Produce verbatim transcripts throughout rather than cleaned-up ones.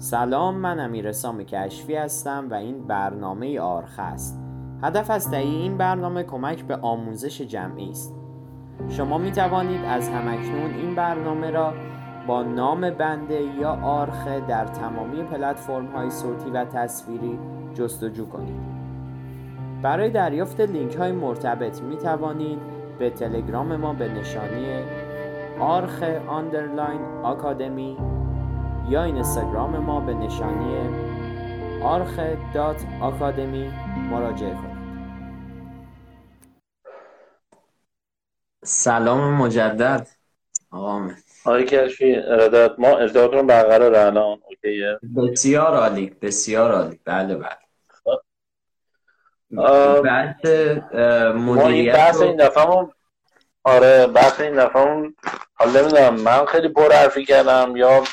سلام، من امیرسام کشفی هستم و این برنامه آرخ است. هدف از تهیه این برنامه کمک به آموزش جمعی است. شما می توانید از همکنون این برنامه را با نام بنده یا آرخ در تمامی پلتفرم های صوتی و تصویری جستجو کنید. برای دریافت لینک های مرتبط می توانید به تلگرام ما به نشانی آرخ آندرلاین آکادمی یا اینستاگرام ما به نشانی آرخ دات آکادمی مراجعه کنید. سلام مجدد آقا امید. آقای کشفی ارادت، ما ارتباطمون برقراره الان؟ اوکیه؟ بسیار عالی، بسیار عالی. بله بله. بحث مدیریت بحث این دفعهمون آره بحث این دفعهمون حالا نمیدونم من خیلی پر حرفی کردم یا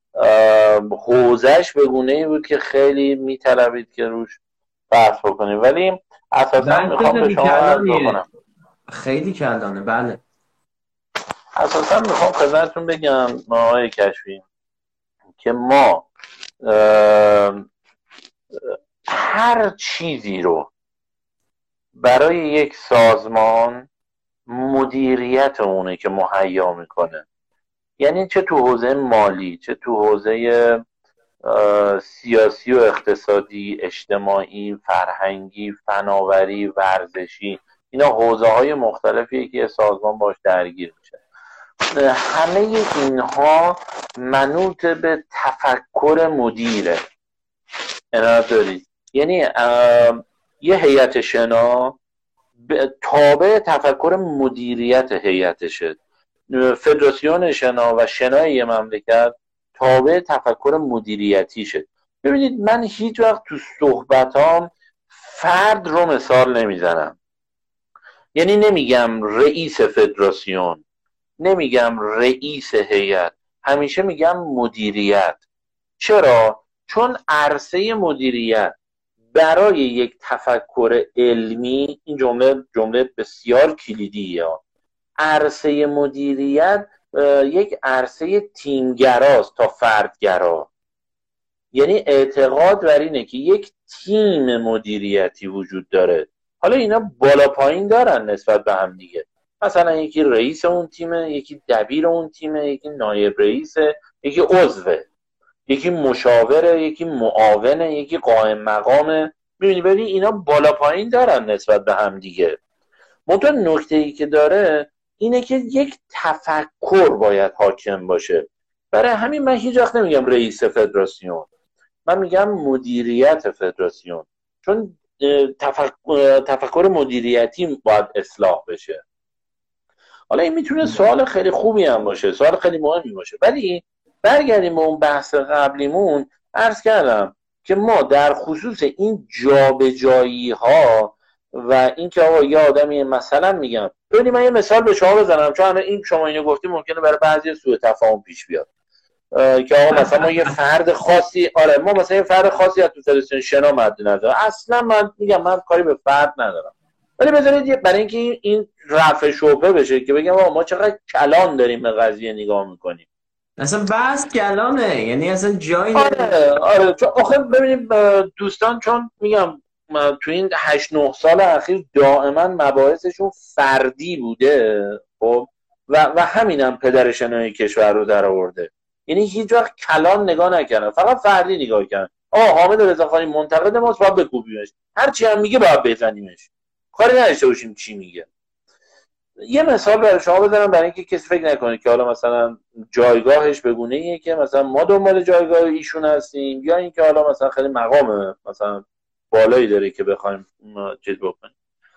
حوزش به گونه‌ای بود که خیلی میطلبید که روش بحث بکنیم، ولی اساسا میخوام به شما عرض بکنم. خیلی کلانه. بله اساسا میخوام خدمتتون بگم آقای کشفی که ما هر چیزی رو برای یک سازمان مدیریت اونه که مهیا میکنه، یعنی چه تو حوزه مالی، چه تو حوزه سیاسی و اقتصادی، اجتماعی، فرهنگی، فناوری، ورزشی، اینا حوزه های مختلفیه که سازمان باش درگیر میشه. همه اینها منوط به تفکر مدیره. عنایت دارید؟ یعنی یه هیئت شنا تابع تفکر مدیریت هیئتشه. فدراسیون شنا و شنای یه مملکت تابع تفکر مدیریتی شد. ببینید من هیچ وقت تو صحبتام فرد رو مثال نمیزنم، یعنی نمیگم رئیس فدراسیون، نمیگم رئیس هیئت، همیشه میگم مدیریت. چرا؟ چون عرصه مدیریت برای یک تفکر علمی، این جمله جمله بسیار کلیدیه، عرصه مدیریت یک عرصه تیمگراست تا فردگرا. یعنی اعتقاد بر اینه که یک تیم مدیریتی وجود داره. حالا اینا بالا پایین دارن نسبت به هم دیگه، مثلا یکی رئیس اون تیمه، یکی دبیر اون تیمه، یکی نایب رئیسه، یکی عضوه، یکی مشاوره، یکی معاونه، یکی قائم مقامه. میبینی ببین اینا بالا پایین دارن نسبت به هم دیگه. منتها نکته ای که داره اینه که یک تفکر باید حاکم باشه. برای همین من هیچ وقت نمیگم رئیس فدراسیون، من میگم مدیریت فدراسیون، چون تفکر, تفکر مدیریتی باید اصلاح بشه. حالا این میتونه سوال خیلی خوبی هم باشه، سوال خیلی مهمی باشه، ولی برگردیم به اون بحث قبلیمون. عرض کردم که ما در خصوص این جابجایی ها و این که آقا یه آدمی مثلا میگم، ببینید من یه مثال به شما بزنم، چون این شما اینو گفتی ممکنه برای بعضی سوء تفاهم پیش بیاد که آقا مثلا ما یه فرد خاصی آره ما مثلا یه فرد خاصی از تو فدراسیون شنا مد نظر، اصلا من میگم من کاری به فرد ندارم، ولی بذارید برای اینکه این رفع شبهه بشه که بگم آقا ما چقدر کلان داریم به قضیه نگاه میکنیم. اصلا بحث کلانه، یعنی اصلا جایی آره آره چون آخه ببینید دوستان، چون میگم تو این هشت نه سال اخیر دائما مباحثشون فردی بوده، خب و و همینم پدر شنای کشور رو در آورده. یعنی هیچ وقت کلان نگاه نکردن، فقط فردی نگاه کردن. آقا حامد رضاخانی منتقد ماست، باید بکوبیمش، هر چی هم میگه باید بزنیمش، کاری نداشته باشیم چی میگه. یه مثال برای شما بزنم برای اینکه کسی فکر نکنه که حالا مثلا جایگاهش به گونه‌ایه که مثلا ما دنبال جایگاه ایشون هستیم، یا اینکه حالا مثلا خیلی مقام مثلا بالایی داره که بخوایم چیز بکنیم.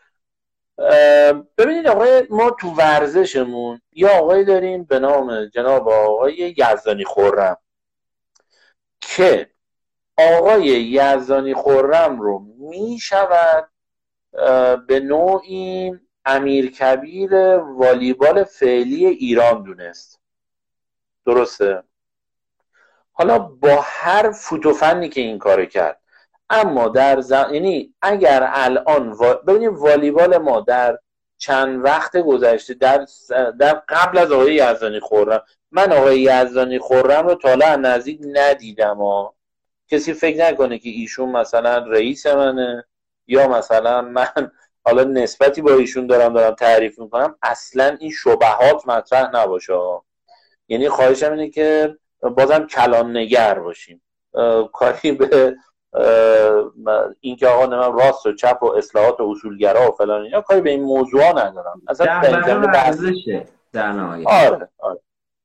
ببینید آقای ما تو ورزشمون یا آقای داریم به نام جناب آقای یزدانی خرم که آقای یزدانی خرم رو میشود به نوعی امیرکبیر والیبال فعلی ایران دونست. درسته؟ حالا با هر فوت و فنی که این کار کرد، اما در زم... یعنی اگر الان و... ببینید والیبال ما در چند وقت گذشته در, در قبل از آقای یزدانی خرم، من آقای یزدانی خرم رو تا حالا نزدیک ندیدم ها. کسی فکر نکنه که ایشون مثلا رئیس منه یا مثلا من حالا نسبتی با ایشون دارم دارم تعریف میکنم. اصلا این شبهات مطرح نباشه. یعنی خواهشم اینه که بازم کلان نگر باشیم، کاری به این که آقا نمیم راست و چپ و اصلاحات و اصولگرا و فلان اینا کاری به این موضوع ندارم اصلا. در برای ورزشه در نهایت. آره آره.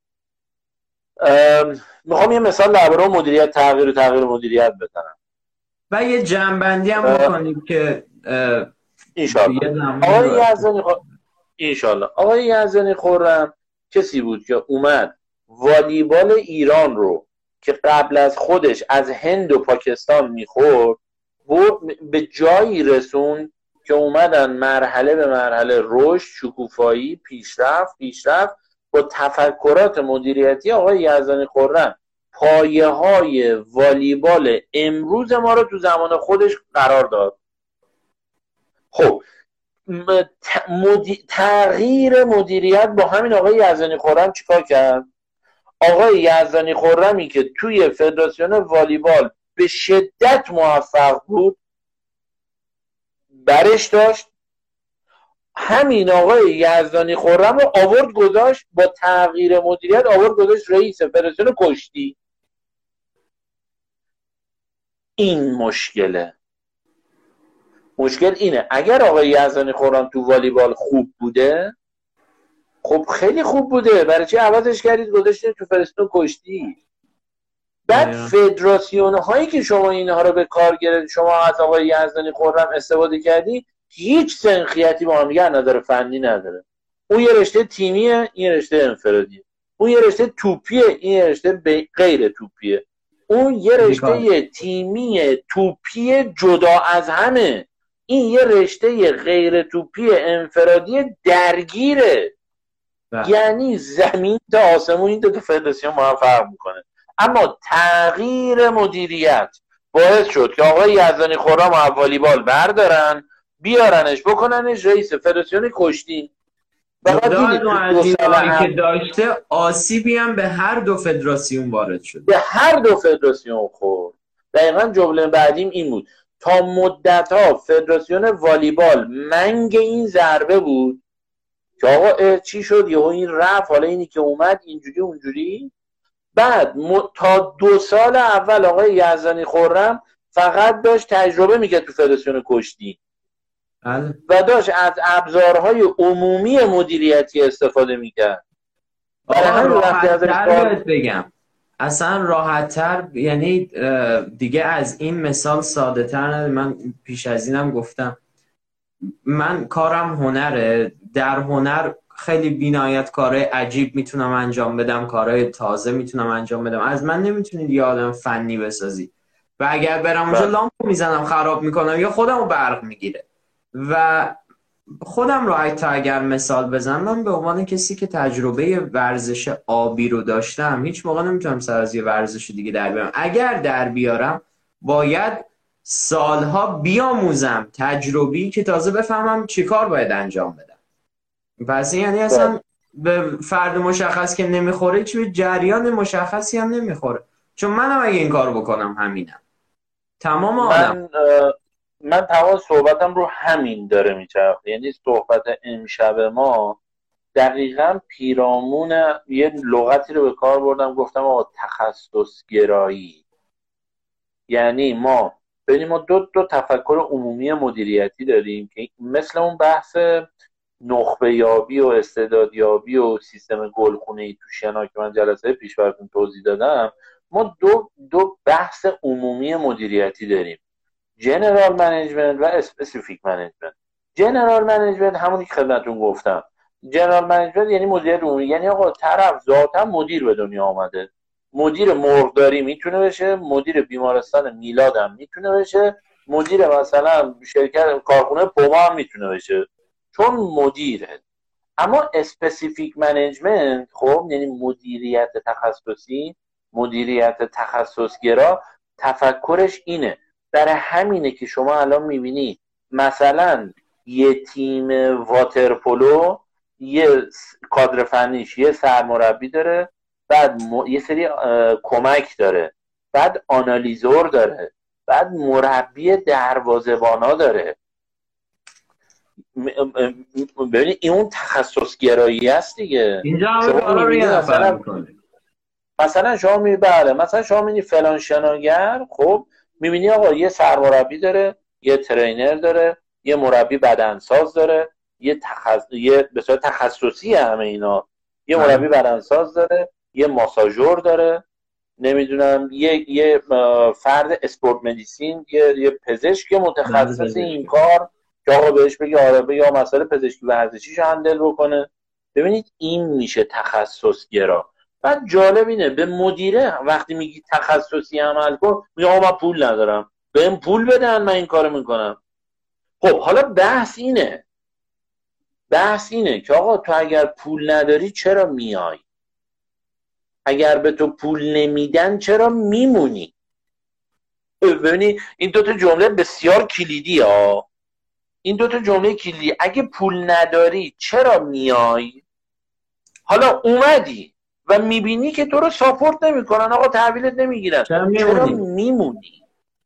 میخوام یه مثال درباره مدیریت تغییر و تغییر مدیریت بزنم و یه جنبندی هم بکنیم که انشالله. آقای یزدانی خور... انشالله آقای یزدانی خرم کسی بود که اومد والیبال ایران رو که قبل از خودش از هند و پاکستان میخورد به جایی رسون که اومدن مرحله به مرحله رشد، شکوفایی، پیشرفت پیشرفت با تفکرات مدیریتی آقای یزدانی خرم پایه های والیبال امروز ما رو تو زمان خودش قرار داد. خب مدی... تغییر مدیریت با همین آقای یزدانی خرم چیکار کرد؟ آقای یزدانی خرمی که توی فدراسیون والیبال به شدت موفق بود برش داشت، همین آقای یزدانی خرم رو آورد گذاشت با تغییر مدیریت آورد گذاشت رئیس فدراسیون کشتی. این مشکله. مشکل اینه اگر آقای یزدانی خرم تو والیبال خوب بوده، خب خیلی خوب بوده، برای چی عوضش کردید گذاشتید تو فدراسیون کشتی؟ بعد فدراسیون هایی که شما اینها رو به کار گرفتید، شما از آقای یزدانی خرم استفاده کردی، هیچ سنخیتی با هم دیگه نظر فنی نداره. اون یه رشته تیمیه، این رشته انفرادیه. اون یه رشته توپیه، این یه رشته غیر توپیه. اون یه رشته تیمی توپی جدا از همه، این یه رشته غیر توپی انفرادی درگیره. ده. یعنی زمین تا آسمون این دو تا فدراسیون ما هم فرق میکنه. اما تغییر مدیریت باعث شد که آقای یزدانی خرم و والیبال بردارن بیارنش بکننش رئیس فدراسیون کشتی. فقط دو سال که داشته آسیبی هم به هر دو فدراسیون وارد شد، به هر دو فدراسیون خورد. دقیقاً جمله بعدیم این بود، تا مدت ها فدراسیون والیبال منگ این ضربه بود که آقا چی شد یهو این رفت، حالا اینی که اومد اینجوری اونجوری. بعد م... تا دو سال اول آقای یزدانی خرم فقط داشت تجربه میکرد تو فدراسیون کشتی ال... و داشت از ابزارهای عمومی مدیریتی استفاده میکرد. برای همین وقتی ازش بگم اصلا راحت تر، یعنی دیگه از این مثال ساده تر نداره. من پیش از اینم گفتم من کارم هنره، در هنر خیلی بی‌نهایت کارهای عجیب میتونم انجام بدم، کارهای تازه میتونم انجام بدم. از من نمیتونید یه آدم فنی بسازی و اگر برم اونجا لامپو میزنم خراب میکنم یا خودمو برق میگیره. و خودم رو حتی اگر مثال بزنم، من به عنوان کسی که تجربه ورزش آبی رو داشتم هیچ موقع نمیتونم سر از یه ورزش دیگه در بیارم. اگر در بیارم باید سالها بیاموزم تجربی که تازه بفهمم چی کار باید انجام بدم. پس یعنی اصلا به فرد مشخص که نمیخوره چی به جریان مشخصی هم نمیخوره، چون منم اگه این کار بکنم همینم تمام آدم. من من تمام صحبتم رو همین داره میچرخه. یعنی صحبت امشب ما دقیقاً پیرامون یه لغتی رو به کار بردم، گفتم آقا تخصص گرایی. یعنی ما ببینیم ما دو دو تفکر عمومی مدیریتی داریم که مثل اون بحث نخبه یابی و استعداد یابی و سیستم گلخونه‌ای تو شنا که من جلسه پیش براتون توضیح دادم، ما دو دو بحث عمومی مدیریتی داریم، جنرال منیجمنت و اسپسیفیک منیجمنت. جنرال منیجمنت همونی که خدمتتون گفتم، جنرال منیجمنت یعنی مدیریت عمومی، یعنی آقا طرف ذاتا مدیر به دنیا آمده، مدیر مرغداری میتونه بشه، مدیر بیمارستان میلاد هم میتونه بشه، مدیر مثلا شرکت کارخونه پوما هم میتونه بشه، چون مدیره. اما اسپسیفیک منیجمنت خب یعنی مدیریت تخصصی، مدیریت تخصصگرا، تفکرش اینه. برای همینه که شما الان میبینی مثلا یه تیم واترپولو یه کادر فنیش یه سرمربی داره، بعد م... یه سری کمک داره، بعد آنالیزور داره، بعد مربی دروازه‌بانا داره. ببینید این اون تخصص گرایی است دیگه. اینجا همه شما کارا رو می‌بینید یه نفر مثلا میکنه. مثلا شما می بله مثلا شما می‌بینی فلان شناگر، خب می‌بینی آقا یه سرمربی داره، یه ترینر داره، یه مربی بدنساز داره، یه تخص... یه به صورت تخصصی همه اینا، یه مربی بدنساز داره، یه ماساژور داره، نمیدونم یه یه فرد اسپورت مدیسین، یه یه پزشک متخصص این کار که آقا بهش بگه آره بگه یا مسئله پزشکی ورزشیش هندل بکنه. ببینید این میشه تخصص گرا. بعد جالب اینه به مدیره وقتی میگی تخصصی عمل کن میگه آقا من پول ندارم، بهم پول بدن من این کارو میکنم. خب حالا بحث اینه بحث اینه که آقا تو اگر پول نداری چرا میای؟ اگر به تو پول نمیدن چرا میمونی؟ ببینی این دوتا جمله بسیار کلیدی ها. این دوتا جمله کلیدی. اگه پول نداری چرا میای؟ حالا اومدی و میبینی که تو رو ساپورت نمیکنن، آقا تحویلت نمیگیرن، چرا میمونی؟ چرا میمونی؟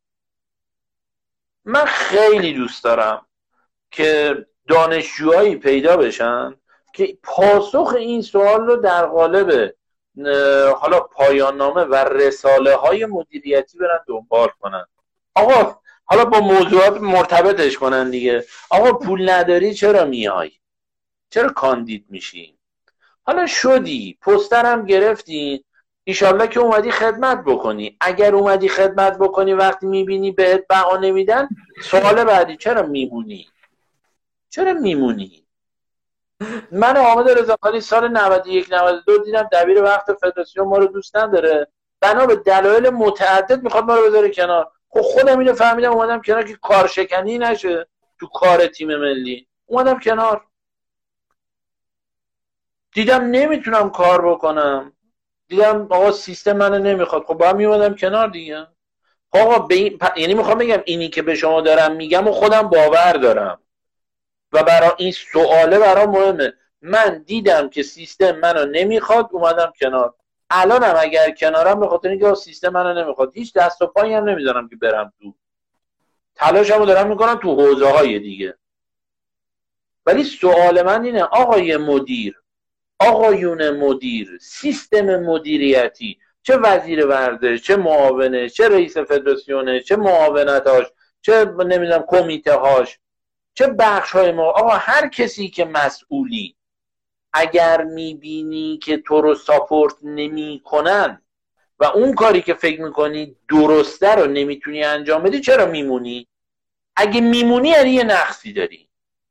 من خیلی دوست دارم که دانشجوهایی پیدا بشن که پاسخ این سوال رو در قالب حالا پایان نامه و رساله های مدیریتی برن دنبال کنن. آقا حالا با موضوعات مرتبطش کنن دیگه. آقا پول نداری چرا میای؟ چرا کاندید میشی؟ حالا شدی پسترم گرفتی، ایشالله که اومدی خدمت بکنی. اگر اومدی خدمت بکنی وقتی میبینی بهت بها نمیدن، سوال بعدی چرا میمونی؟ چرا میمونی؟ من حامد رضاخانی سال نود و یک نود و دو دیدم دبیر وقت فدراسیون ما رو دوست نداره، بنا به دلایل متعدد میخواد ما رو بذاره کنار. خب خودم اینو فهمیدم اومدم کنار که کارشکنی نشه تو کار تیم ملی. اومدم کنار، دیدم نمیتونم کار بکنم، دیدم آقا سیستم منو نمیخواد، خب با هم میومدم کنار دیگه. آقا به این... پ... یعنی میخوام بگم اینی که به شما دارم میگم و خودم باور دارم و برای این سواله برام مهمه. من دیدم که سیستم منو نمیخواد اومدم کنار. الانم اگر کنارم به خاطر اینکه سیستم منو نمیخواد هیچ دست و پایی هم نمیذارم که برم تو. تلاشمو دارم میکنم تو حوزه های دیگه. ولی سوال من اینه آقای مدیر، آقایون مدیر، سیستم مدیریتی، چه وزیر ورزش، چه معاونه، چه رئیس فدراسیونه، چه معاونتاش، چه نمیدونم کمیته هاش، چه بخش های ما، آقا هر کسی که مسئولی، اگر میبینی که تو رو ساپورت نمی کنن و اون کاری که فکر میکنی درسته رو نمیتونی انجام بدی، چرا میمونی؟ اگه میمونی یعنی یه نقصی داری.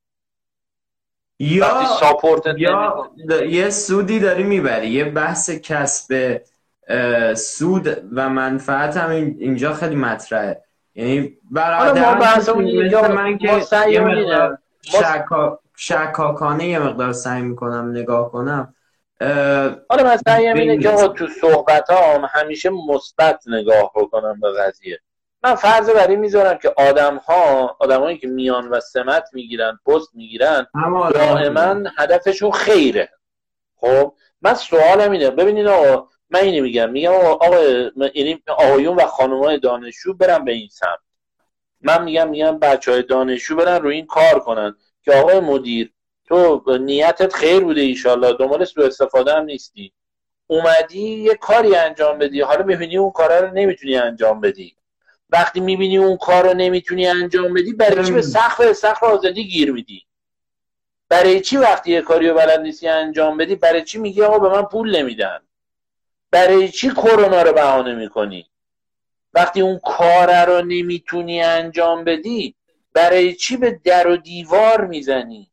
یا یا یه سودی داری میبری. یه بحث کسب سود و منفعت هم اینجا خیلی مطرحه. یعنی برای ما بحثمون اینجا من که یه مقدار شکا... شکاکانه یه مقدار سعی میکنم نگاه کنم. حالا من سعیم اینه که تو صحبتام همیشه مثبت نگاه بکنم به قضیه. من فرض بر این میذارم که آدم ها آدمایی که میان و سمت میگیرن، پست میگیرن، دائما هدفشون خیره. خب من سوالم اینه، ببینید آقا من اینو میگم میگم آقا یعنی آقایون و خانم‌های دانشجو برن به این سمت. من میگم میگم بچهای دانشجو برن رو این کار کنن که آقای مدیر تو نیتت خیر بوده ایشالله، دنبال سوء استفاده هم نیستی، اومدی یه کاری انجام بدی، حالا میبینی اون کارا رو نمیتونی انجام بدی. وقتی میبینی اون کار رو نمیتونی انجام بدی، برای چی به سقف سقف آزادی گیر میدی؟ برای چی وقتی یه کاری رو بلد نیستی انجام بدی، برای چی میگی آقا به من پول نمیدن؟ برای چی کرونا رو بهانه میکنی؟ وقتی اون کار رو نمیتونی انجام بدی، برای چی به در و دیوار میزنی؟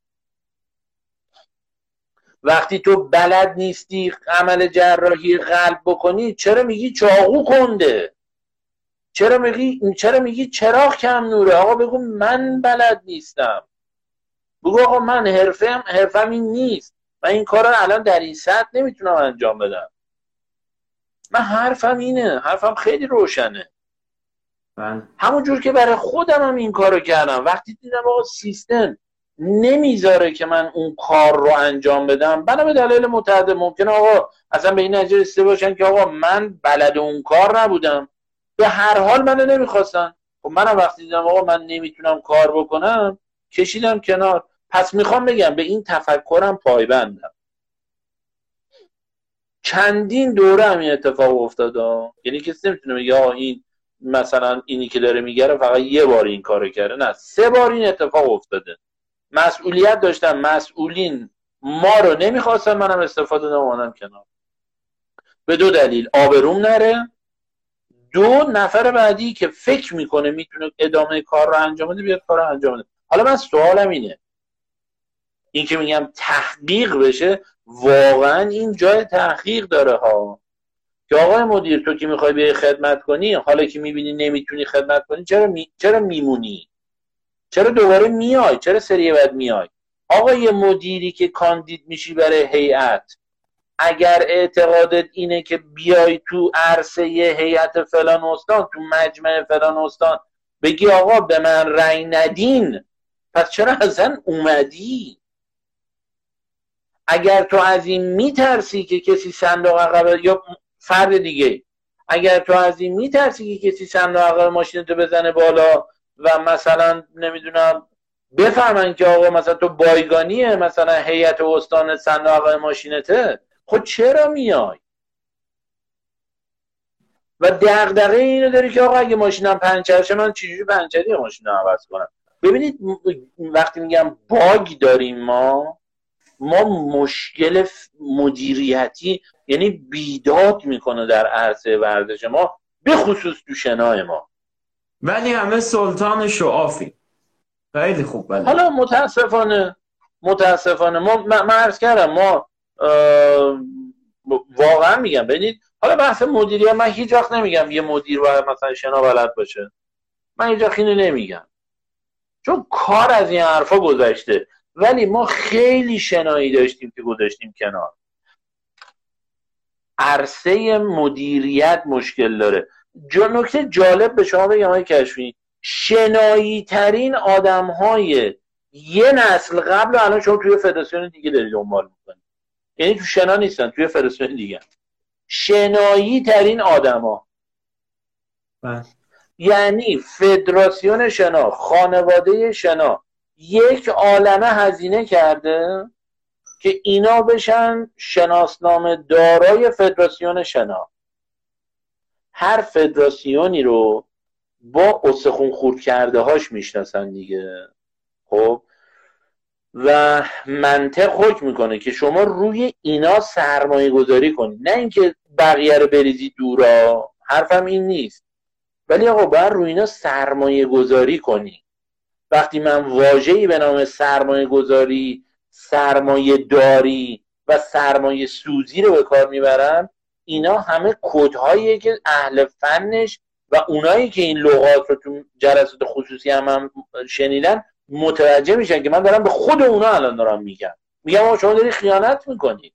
وقتی تو بلد نیستی عمل جراحی قلب بکنی، چرا میگی چاقو کنده؟ چرا میگی چرا میگی چراغ کم نوره؟ آقا بگو من بلد نیستم. بگو آقا من حرفم حرفم این نیست، من این کارا الان در این سطح نمیتونم انجام بدم. من حرفم اینه، حرفم خیلی روشنه. من همون جور که برای خودم هم این کارو کردم. وقتی دیدم آقا سیستم نمیذاره که من اون کار رو انجام بدم، بنا به دلایل متعدد ممکنه آقا اصلا به این نتیجه رسیده باشن که آقا من بلد اون کار نبودم، به هر حال منو نمیخواستن. خب منم وقتی دیدم آقا من نمیتونم کار بکنم کشیدم کنار. پس میخوام بگم به این تفکرم پایبندم. چندین دوره هم این اتفاق افتاده، یعنی کسی نمیتونه بگه آقا این مثلا اینی که داره میگه فقط یه بار این کارو کرده، نه سه بار این اتفاق افتاده. مسئولیت داشتم، مسئولین ما رو نمیخواستن، منم استفاده نمونم کنار. به دو دلیل: آبروم نره، دو نفر بعدی که فکر میکنه میتونه ادامه کار رو انجام بده بیاد کار رو انجام بده. حالا من سوالم اینه، این که میگم تحقیق بشه، واقعا این جای تحقیق داره ها، که آقای مدیر تو که میخوای بیای خدمت کنی، حالا که میبینی نمیتونی خدمت کنی، چرا می... چرا میمونی؟ چرا دوباره میای؟ چرا سری بعد میای؟ آقای مدیری که کاندید میشی برای هیئت، اگر اعتقادت اینه که بیای تو عرصه هیئت فلان استان، تو مجمع فلان استان بگی آقا به من رأی ندین، پس چرا اصلا اومدی؟ اگر تو از این میترسی که کسی صندوق عقب، یا فرد دیگه، اگر تو از این میترسی که کسی صندوق عقب ماشینتو بزنه بالا و مثلا نمیدونم بفهمن که آقا مثلا تو بایگانیه، مثلا هیئت استان صندوق عقب ماشینته، خود چرا میای؟ و دغدغه اینو داری که آقا اگه ماشینم پنچر شه من چجوری پنچری ماشینو عوض کنم؟ ببینید وقتی میگم باگ داریم ما ما مشکل مدیریتی، یعنی بیداد میکنه در عرصه ورزش ما، به خصوص تو شنای ما. ولی همه سلطان شعافی خیلی خوب. بله. حالا متاسفانه متاسفانه ما من عرض کردم ما واقعا میگم ببینید، حالا بحث مدیریت من هیچ وقت نمیگم یه مدیر باید مثلا شنا بلد باشه، من هیچ وقت اینو نمیگم، چون کار از این حرفا گذشته. ولی ما خیلی شنایی داشتیم که گذاشتیم کنار. عرصه مدیریت مشکل داره. جا نکته جالب به شما بگم آقای کشفی، شنایی ترین آدم های یه نسل قبل الان شما توی فدراسیون دیگه دارید دنبال میکنید، یعنی تو شنا نیستن، توی فدراسیون دیگه شنایی ترین آدم ها. یعنی فدراسیون شنا، خانواده شنا یک عالمه هزینه کرده که اینا بشن شناسنامه دارای فدراسیون شنا. هر فدراسیونی رو با استخون خورد کرده هاش میشناسن دیگه. خب و منطق حکم میکنه که شما روی اینا سرمایه گذاری کنید، نه اینکه بقیه رو بریزی دورا، حرفم این نیست، ولی آقا باید روی اینا سرمایه گذاری کنی. وقتی من واژه‌ای به نام سرمایه گذاری، سرمایه داری و سرمایه سوزی رو به کار میبرم، اینا همه کدهاییه که اهل فنش و اونایی که این لغات رو تو جلسات خصوصی هم, هم شنیدن متوجه میشن که من دارم به خود اونا الان دارم میگم میگم آقا شما دارید خیانت میکنید.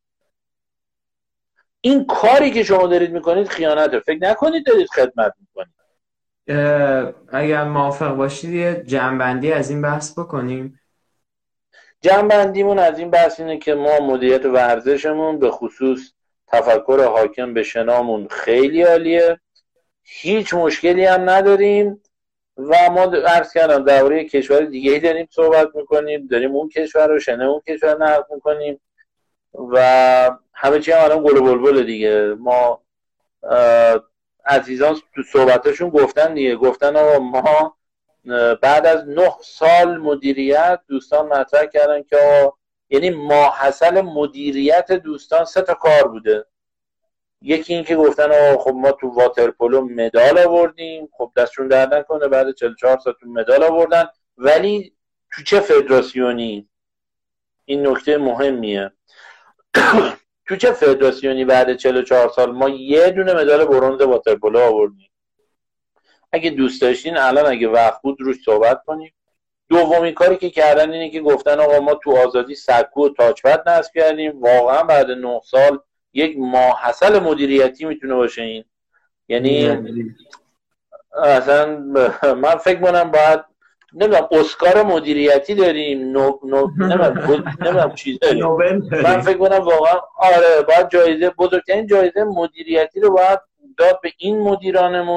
این کاری که شما دارید میکنید خیانته. فکر نکنید دارید خدمت میکنید. اگر موافق باشید یه جمع‌بندی از این بحث بکنیم. جمع‌بندیمون از این بحث اینه که ما مدیریت ورزشمون به خصوص تفکر حاکم به شنامون خیلی عالیه، هیچ مشکلی هم نداریم و ما عرض کردم درباره کشور دیگه‌ای داریم صحبت میکنیم، داریم اون کشور رو شنه اون کشور نقد میکنیم و همه چی هم الان گل و بلبل دیگه. ما عزیزان تو صحبتاشون گفتن دیگه، گفتن آقا ما بعد از نه سال مدیریت دوستان مطرح کردن که آقا یعنی ماحصل مدیریت دوستان سه تا کار بوده. یکی این که گفتن آقا خب ما تو واترپولو مدال آوردیم، خب دستشون درد نکنه بعد چهل و چهار سال تو مدال آوردن، ولی تو چه فدراسیونی؟ این نکته مهمیه. تو چه فدراسیونی بعد چهل و چهار سال ما یه دونه مدال برنز واترپولو آوردیم؟ اگه دوست داشتین الان اگه وقت بود روش صحبت کنیم. دومین کاری که کردن اینه که گفتن آقا ما تو آزادی سکو و تاچپد نصب کردیم. واقعا بعد نه سال یک ماحصل مدیریتی میتونه باشه این، یعنی اصلا من فکر کنم باید نمیدونم اسکار مدیریتی داریم، نو نو نمیدونم چی داریم. من فکر کنم واقعا آره باید جایزه، بزرگترین جایزه مدیریتی رو باید داد به این مدیرانمون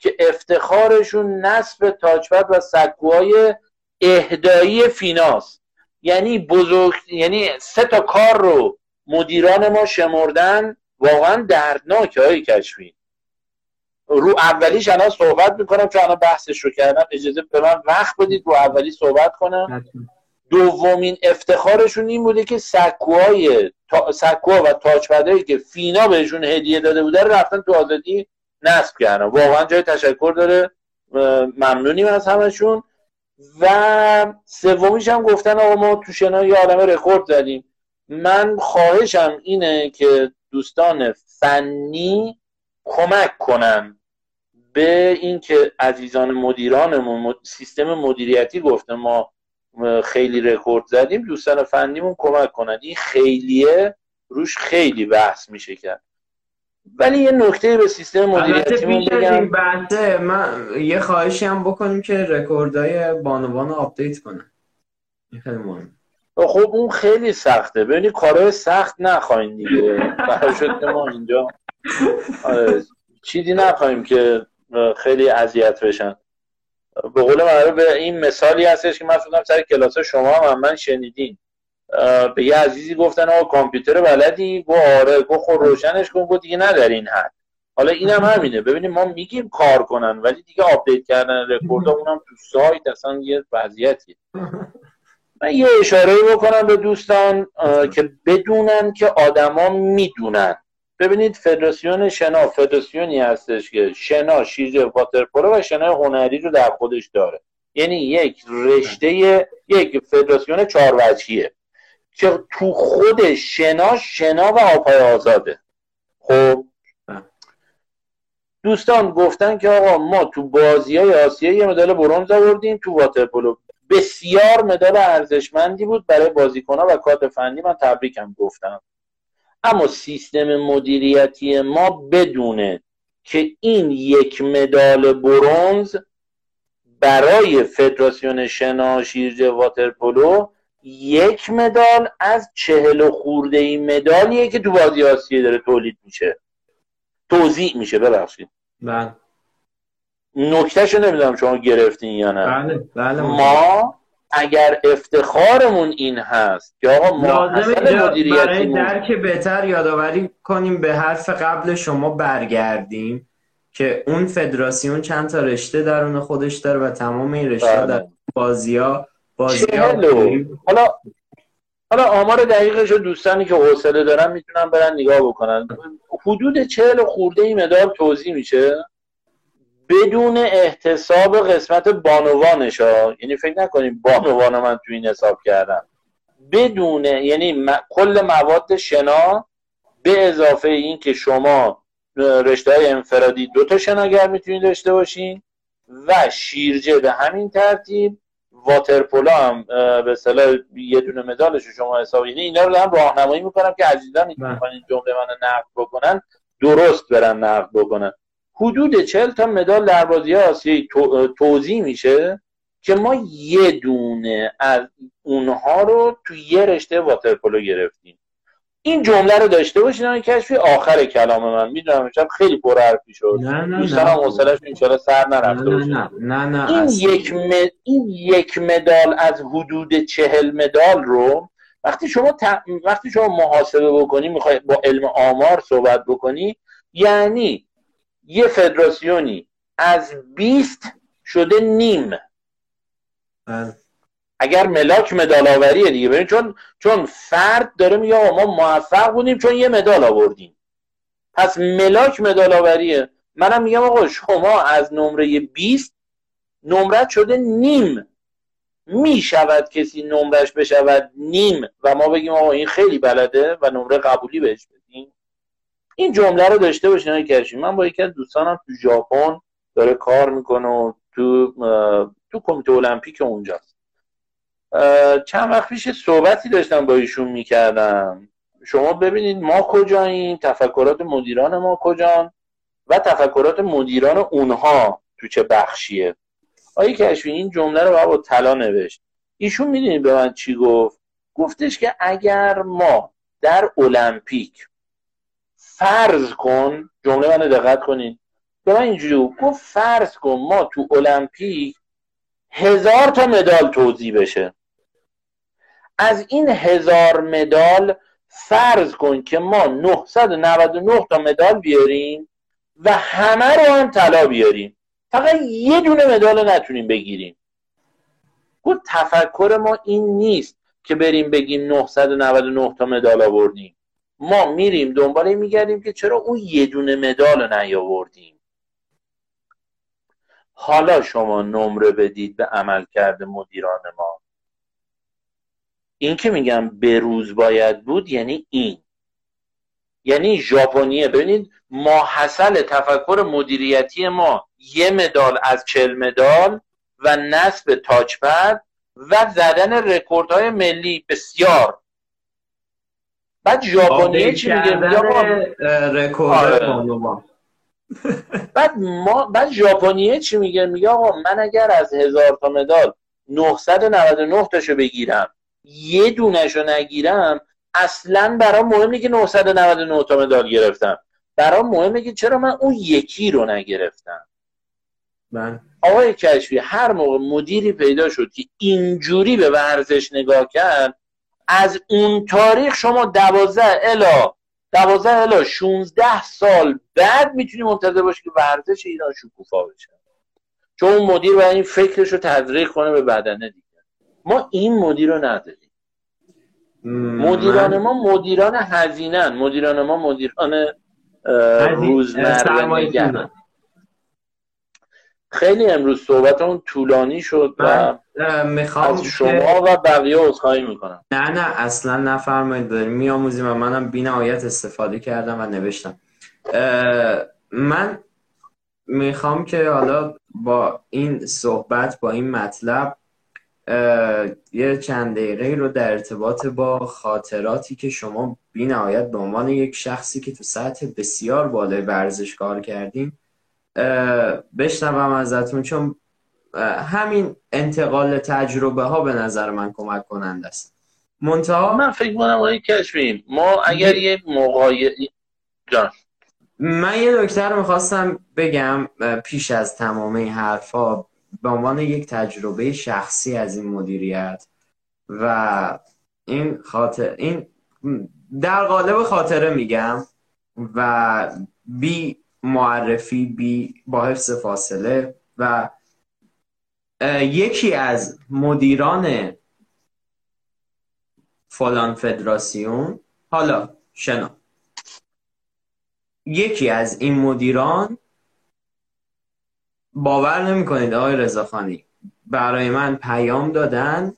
که افتخارشون نصب تاچپد و سکوهای اهدایی فیناست. یعنی بزرگ، یعنی سه تا کار رو مدیران ما شمردن، واقعا دردناکه های کشفی. رو اولیش الان صحبت میکنم چون الان بحثش رو کردم، اجازه به من وقت بدید رو اولی صحبت کنم. دومین افتخارشون این بوده که سکوهای تا... سکوها و تاچپدهایی که فینا بهشون هدیه داده بوده رو رفتن تو آزادی نصب کردن. واقعا جای تشکر داره، ممنونیم از همشون. و سومیش هم گفتن آقا ما تو شنا یه عالمه رکورد زدیم. من خواهشم اینه که دوستان فنی کمک کنن به این که عزیزان مدیرانمون، سیستم مدیریتی گفته ما خیلی رکورد زدیم، دوستان فنیمون کمک کنن. این خیلیه روش خیلی بحث میشه کرد. ولی یه نکته به سیستم مدیریتیمون بگم. این بحثه من یه خواهشی هم بکنیم که رکوردای بانوان رو آپدیت کنن. این خیلی مهمه. خب اون خیلی سخته. ببینید کارهای سخت نخواهیم دیگه. برای شد که ما اینجا چیزی نخواهیم که خیلی اذیت بشن. به قول معروف به این مثالی هستش که من فکر سر کلاس شما هم, هم من شنیدین. به یه عزیزی گفتن آقا کامپیوتر بلدی؟ گفت آره. گفت خب روشنش کن. گفت دیگه ندارین حد. حالا اینم هم همینه. ببینید ما میگیم کار کنن ولی دیگه آپدیت کردن رکوردها اونم تو سایت اصلا یه وضعیتیه. من یه اشاره بکنم به دوستان که بدونن که آدما میدونن. ببینید فدراسیون شنا فدراسیونی هستش که شنا، شیرجه، واترپولو و شنا هنری رو در خودش داره. یعنی یک رشته، یک فدراسیون چهار وجهیه که تو خود شنا شنا و آبهای آزاده. خب دوستان گفتن که آقا ما تو بازی‌های آسیایی یه مدال برنز آوردیم، تو واترپولو بسیار مدال ارزشمندی بود برای بازیکن‌ها و کادر فنی، من تبریکم گفتم. اما سیستم مدیریتی ما بدونه که این یک مدال برنز برای فدراسیون شنا، شیرجه، واترپولو یک مدال از چهل و خورده ای مدالیه که تو بازی آسیایی داره تولید میشه، توزیع میشه. ببخشید بله نکتهشو نمیدونم شما گرفتین یا نه. بله بله ما اگر افتخارمون این هست که آقا ما لازمه برای درک بهتر یادآوری کنیم به حرف قبل شما برگردیم که اون فدراسیون چند تا رشته درون خودش داره و تمام این رشته در بازی‌ها بازی‌ها حالا حالا آمار دقیقش رو دوستانی که حوصله دارن میتونن برن نگاه بکنن. حدود چهل خورده ای مدال توزیع میشه بدون احتساب قسمت بانوانش ها. یعنی فکر نکنیم بانوان من تو این حساب کردم، بدون، یعنی م... کل مواد شنا به اضافه این که شما رشته های انفرادی دو تا شناگر میتونید داشته باشین و شیرجه به همین ترتیب، واترپولو هم به اصطلاح یه دونه مدالش رو شما حساب. یعنی اینا رو هم راهنمایی میکنم که عزیزان میتونن این جمله منو نقد بکنن، درست برن نقد بکنن. حدود چهل تا مدال در بازی‌های آسیایی تو، توزیع میشه که ما یه دونه از اونها رو تو یه رشته واترپولو گرفتیم. این جمله رو داشته باشین. این کشفی آخر کلام من میدونم امشب خیلی پر حرفی شد، دوستانم حوصله‌شون ان شاءالله سر نرفته باشه. نه نه نه این یک مد... این یک مدال از حدود چهل مدال رو وقتی شما ت... وقتی شما محاسبه بکنی، میخوای با علم آمار صحبت بکنی، یعنی یه فدراسیونی از بیست شده نیم. بله. اگر ملاک مدال آوریه دیگه، ببین چون چون فرد داره میگه آقا ما موفق بودیم چون یه مدال آوردیم، پس ملاک مدال آوریه. منم میگم آقا شما از نمره بیست نمرت شده نیم. میشود کسی نمرش بشود نیم و ما بگیم آقا این خیلی بلده و نمره قبولی بهش بدیم؟ این جمله رو داشته باشین های کشی. من با یکی از دوستانم تو ژاپن داره کار میکنه و تو تو کمیته المپیک اونجاست. چند وقت پیش صحبتی داشتم با ایشون میکردم. شما ببینید ما کجاییم، تفکرات مدیران ما کجان و تفکرات مدیران اونها تو چه بخشیه. آیه کشفی این جمله رو با طلا نوشت. ایشون میدونید به من چی گفت؟ گفتش که اگر ما در المپیک فرض کن، جمله من دقت کنید، به من اینجوری گفت فرض کن ما تو المپیک هزار تا مدال توزیع بشه، از این هزار مدال فرض کن که ما نهصد و نود و نه تا مدال بیاریم و همه رو هم طلا بیاریم، فقط یه دونه مدال نتونیم بگیریم. گفت تفکر ما این نیست که بریم بگیم نهصد و نود و نه تا مدال آوردیم، ما میریم دنباله میگردیم که چرا اون یه دونه مدال رو نیاوردیم. حالا شما نمره بدید به عملکرد مدیران ما. این که میگم به روز باید بود یعنی این، یعنی ژاپنیه. ببینید ماحصل تفکر مدیریتی ما یه مدال از چهل مدال و نصب تاچپد و زدن رکوردهای ملی بسیار. بعد ژاپنیه چی میگه؟ میگه رکورد بعد ما بعد ژاپنیه چی میگه؟ میگه آقا من اگر از هزار تا مدال نهصد و نود و نه تاشو بگیرم یه دونهشو نگیرم، اصلا برام مهمه که نهصد و نود و نه تا مدال گرفتم، برام مهمه که چرا من اون یکی رو نگرفتم. من آقای کشفی هر موقع مدیری پیدا شد که اینجوری به ورزش نگاه کرد، از اون تاریخ شما دوازده الا دوازده الا شانزده سال بعد میتونی منتظر باشی که ورزش ایران شکوفا بشه، چون اون مدیر باید این فکرش رو تزریق کنه به بدنه دیگه. ما این مدیر رو نداریم. مدیران ما مدیران هزینه‌ان، مدیران ما مدیران روزمره نگهن. خیلی امروز صحبتمون طولانی شد و میخوام از شما و بقیه عذرخواهی میکنم. نه نه اصلا نفرمایید، داریم میآموزیم و منم بی نهایت استفاده کردم و نوشتم. من میخوام که حالا با این صحبت، با این مطلب یه چند دقیقه رو در ارتباط با خاطراتی که شما بی نهایت به عنوان یک شخصی که تو سطح بسیار بالای ورزش کار کردین بشنوم ازتون، چون همین انتقال تجربه ها به نظر من کمک کننده است. منتها من فکر کنم آقای کشفی ما اگر یه موقعی جان من یه نکته میخواستم بگم پیش از تمام این حرفا به عنوان یک تجربه شخصی از این مدیریت و این خاطر این در قالب خاطره میگم و بی معرفی، بی با حفظ فاصله. و یکی از مدیران فلان فدراسیون، حالا شنا یکی از این مدیران، باور نمی کنید آقای رضاخانی، برای من پیام دادن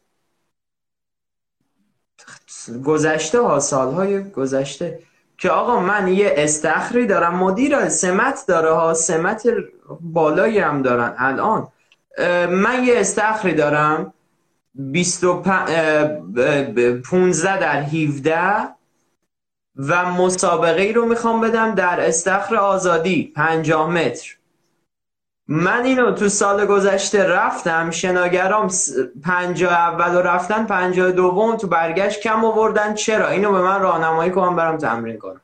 گذشته ها، سالهای گذشته، که آقا من یه استخری دارم، مدیر سمت داره ها، سمت بالایی هم دارن الان، من یه استخری دارم بیست و پانزده در هفده و مسابقه رو میخوام بدم در استخر آزادی پنجاه متر. من اینو تو سال گذشته رفتم، شناگرام پنجاه اول رفتن، پنجاه دوم تو برگشت کم آوردن. چرا؟ اینو به من راهنمایی کنم برام تمرین کنم.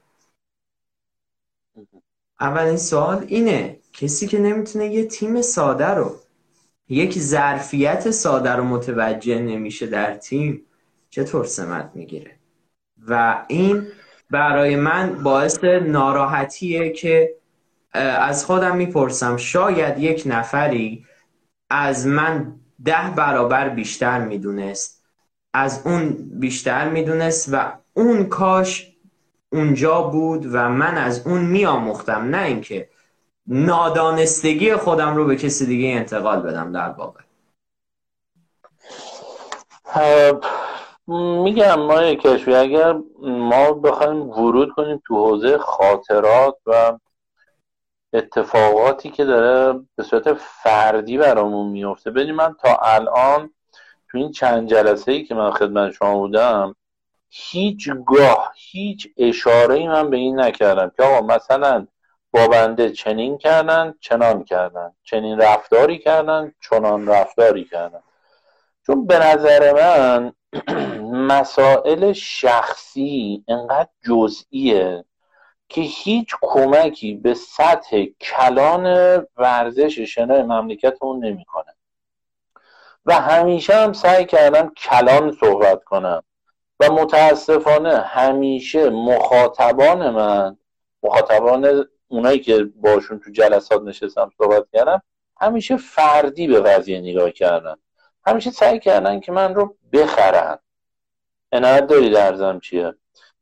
اولین سوال اینه، کسی که نمیتونه یه تیم ساده رو، یک ظرفیت ساده رو متوجه نمیشه در تیم، چطور سمت میگیره؟ و این برای من باعث ناراحتیه که از خودم میپرسم شاید یک نفری از من ده برابر بیشتر میدونست، از اون بیشتر میدونست و اون کاش اونجا بود و من از اون میآموختم، نه اینکه نادانستگی خودم رو به کسی دیگه انتقال بدم. در واقع میگم ما کشفی اگر ما بخوایم ورود کنیم تو حوزه خاطرات و اتفاقاتی که داره به صورت فردی برامون میفته، ببین من تا الان تو این چند جلسه‌ای که من خدمت شما بودم هیچگاه هیچ اشاره‌ای من به این نکردم که آقا مثلا با بنده چنین کردن چنان کردن، چنین رفتاری کردن چنان رفتاری کردن. چون به نظر من مسائل شخصی انقدر جزئیه که هیچ کمکی به سطح کلان ورزش شنای مملکتمون نمیکنه و همیشه هم سعی کردم کلان صحبت کنم و متاسفانه همیشه مخاطبان من، مخاطبان اونایی که باشون تو جلسات نشستم صحبت کردم، همیشه فردی به قضیه نگاه کردن، همیشه سعی کردن که من رو بخرن. عنایت داری درزم چیه؟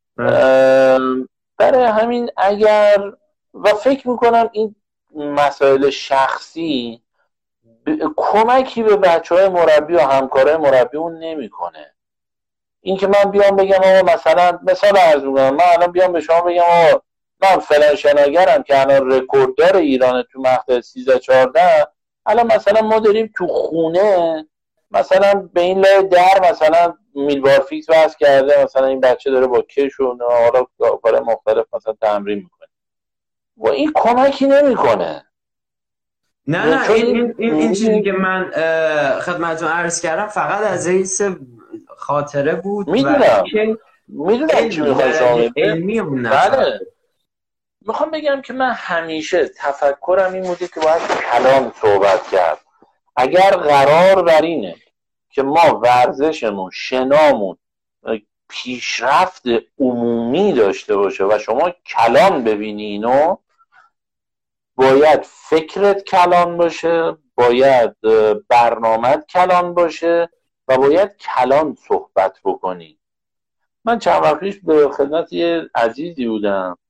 برای همین اگر و فکر میکنم این مسائل شخصی ب... کمکی به بچه های مربی و همکارای مربی اون نمیکنه. این که من بیام بگم آقا مثلا مثال عرض میکنم، من الان بیام به شما بگم آقا من فلان شناگرم که الان رکورددار ایران تو مقطع سیزده چهارده، الان مثلا ما داریم تو خونه مثلا به این لای در مثلا میلوار فیکس واسه کرده، مثلا این بچه داره با کش و حالا کار مختلف مثلا تمرین میکنه و این کمکی نمیکنه. نه نه این این این, این چیزی که من خدمتتون عرض کردم فقط از حیث خاطره بود. میدونم میدونم چی میخوای شما علمی اون بله. میخوام بگم که من همیشه تفکرم این بوده که باید کلام صحبت کرد. اگر قرار بر اینه که ما ورزشمون شنامون پیشرفت عمومی داشته باشه و شما کلان ببینی اینو، باید فکرت کلان باشه، باید برنامت کلان باشه و باید کلان صحبت بکنی. من چند وقت پیش به خدمت یه عزیزی بودم،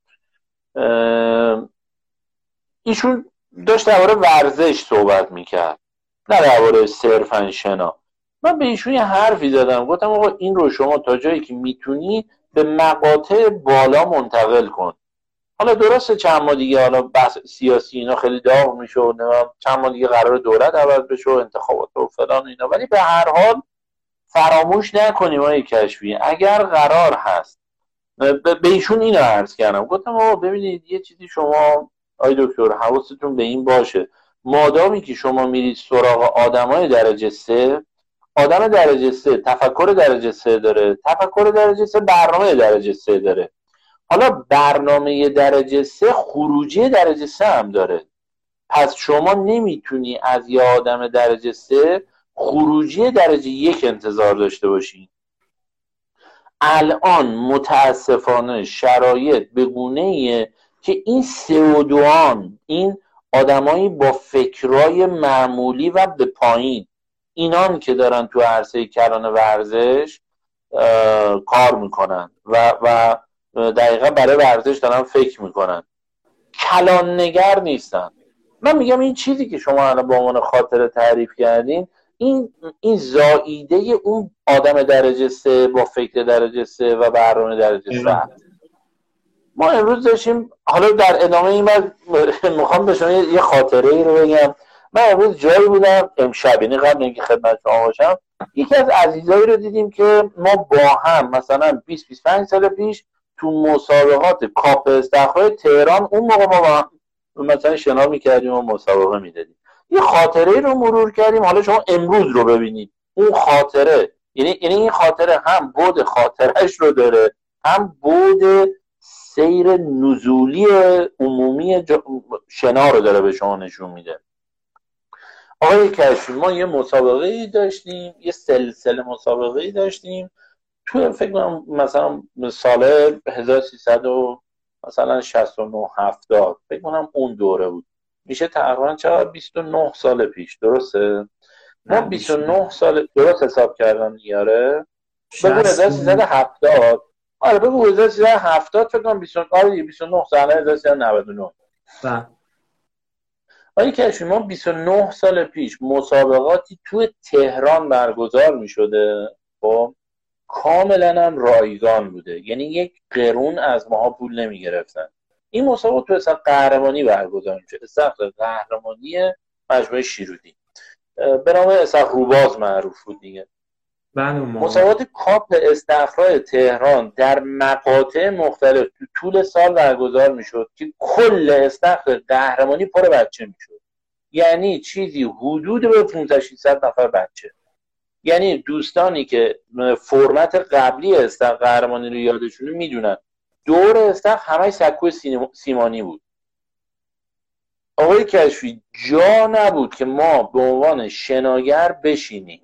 ایشون داشت درباره ورزش صحبت میکرد نه درباره صرفاً شنا. من به ایشون یه حرفی زدم، گفتم آقا این رو شما تا جایی که میتونی به مقاطع بالا منتقل کن. حالا درسته چند ماه دیگه حالا بحث سیاسی اینا خیلی داغ میشه و چند ماه دیگه قرار دولت عوض بشه و انتخابات و فلان و اینا، ولی به هر حال فراموش نکنیم آقای کشفی اگر قرار هست، به ایشون اینو عرض کردم، گفتم آقا ببینید یه چیزی شما آقای دکتر حواستون به این باشه، مادامی که شما میرید سراغ آدمای درجه سه، آدم درجه سه تفکر درجه سه داره، تفکر درجه سه برنامه درجه سه داره. حالا برنامه درجه سه خروجی درجه سه هم داره، پس شما نمیتونی از یه آدم درجه سه خروجی درجه یک انتظار داشته باشی. الان متاسفانه شرایط به گونه‌ایه که این سئودوان، این آدمایی با فکرای معمولی و به پایین، اینان که دارن تو عرصه کلان ورزش کار میکنن و و دقیقا برای ورزش دارن فکر میکنن، کلان نگر نیستن. من میگم این چیزی که شما الان به عنوان خاطره تعریف کردین، این این زائیده اون آدم درجه سه با فکر درجه سه و برنامه درجه سه. ما امروز داشتیم، حالا در ادامه این من میخوام به شما یه خاطره ای رو بگم. من امروز جایی بودم امشب، یعنی قبل اینکه خدمت شما باشم، یکی از عزیزایی رو دیدیم که ما با هم مثلا بیست بیست و پنج سال پیش تو مسابقات کاپ استخرهای تهران اون موقع ما با هم مثلا شنا میکردیم و مسابقه میدادیم. یه خاطره رو مرور کردیم، حالا شما امروز رو ببینید اون خاطره، یعنی یعنی این خاطره هم بعد خاطرش رو داره، هم بعد سیر نزولی عمومی شنا رو داره به شما نشون میده. آقای کشفی ما یه مسابقه داشتیم، یه سلسله مسابقه داشتیم تو فکر کنم مثلا سال هزار و سیصد و مثلا شصت و نه هفتاد، فکر کنم اون دوره بود، میشه تقریبا چقدر بیست و نه سال پیش، درسته؟ ما بیست و نه سال درست حساب کردم نیاره، بگو هزار و سیصد و هفتاد، آره بگو هزار و سیصد و هفتاد، فکر کنم بیست و نه سال هزار و سیصد و نود و نه. آقای کشفی ما بیست و نه سال پیش مسابقاتی توی تهران برگزار میشده، خب کاملا هم رایگان بوده، یعنی یک قرون از ماها پول نمی گرفتن. این مسابقات تو اصلا قهرمانی برگزار میشه، استخر قهرمانی مجموعه شیرودی به نام استخر روباز معروف بود دیگه. مسابقات کاپ استخرهای تهران در مقاطع مختلف تو طول سال برگزار میشد که کل استخر قهرمانی پر بچه میشد، یعنی چیزی حدود به پانصد ششصد نفر بچه. یعنی دوستانی که فرمت قبلی استخر قهرمانی رو یادشونه میدونن دور استخر همه سکوی سیمانی بود. آقای کشفی جا نبود که ما به عنوان شناگر بشینیم.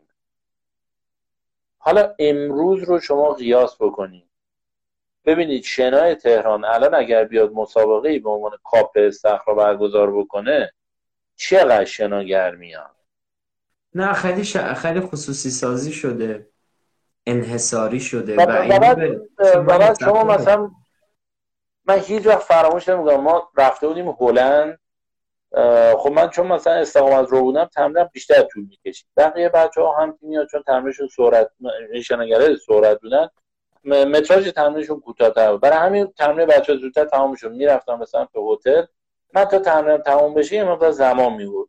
حالا امروز رو شما قیاس بکنید ببینید شنای تهران الان اگر بیاد مسابقه به عنوان کاپ استخر رو برگزار بکنه چقدر شناگر میاد؟ نه خیلی ش... خیلی خصوصی سازی شده، انحصاری شده. و بعد بعد شما مثلا من هیچ وقت فراموش نمیکنم ما رفته بودیم هلند. خب من چون مثلا استقامت رو بودم تمرینم بیشتر طول میکشید، بقیه بچه‌ها هم تیمی‌ها چون تمرینشون سرعت شناگره سرعت بودن متراژ تمرینشون کوتاه‌تر بود، برای همین تمرین بچه‌ها زودتر تمام شد. میرفتم مثلا تو هتل، من تا تمرینم تمام بشه یه مقدار زمان می‌برد.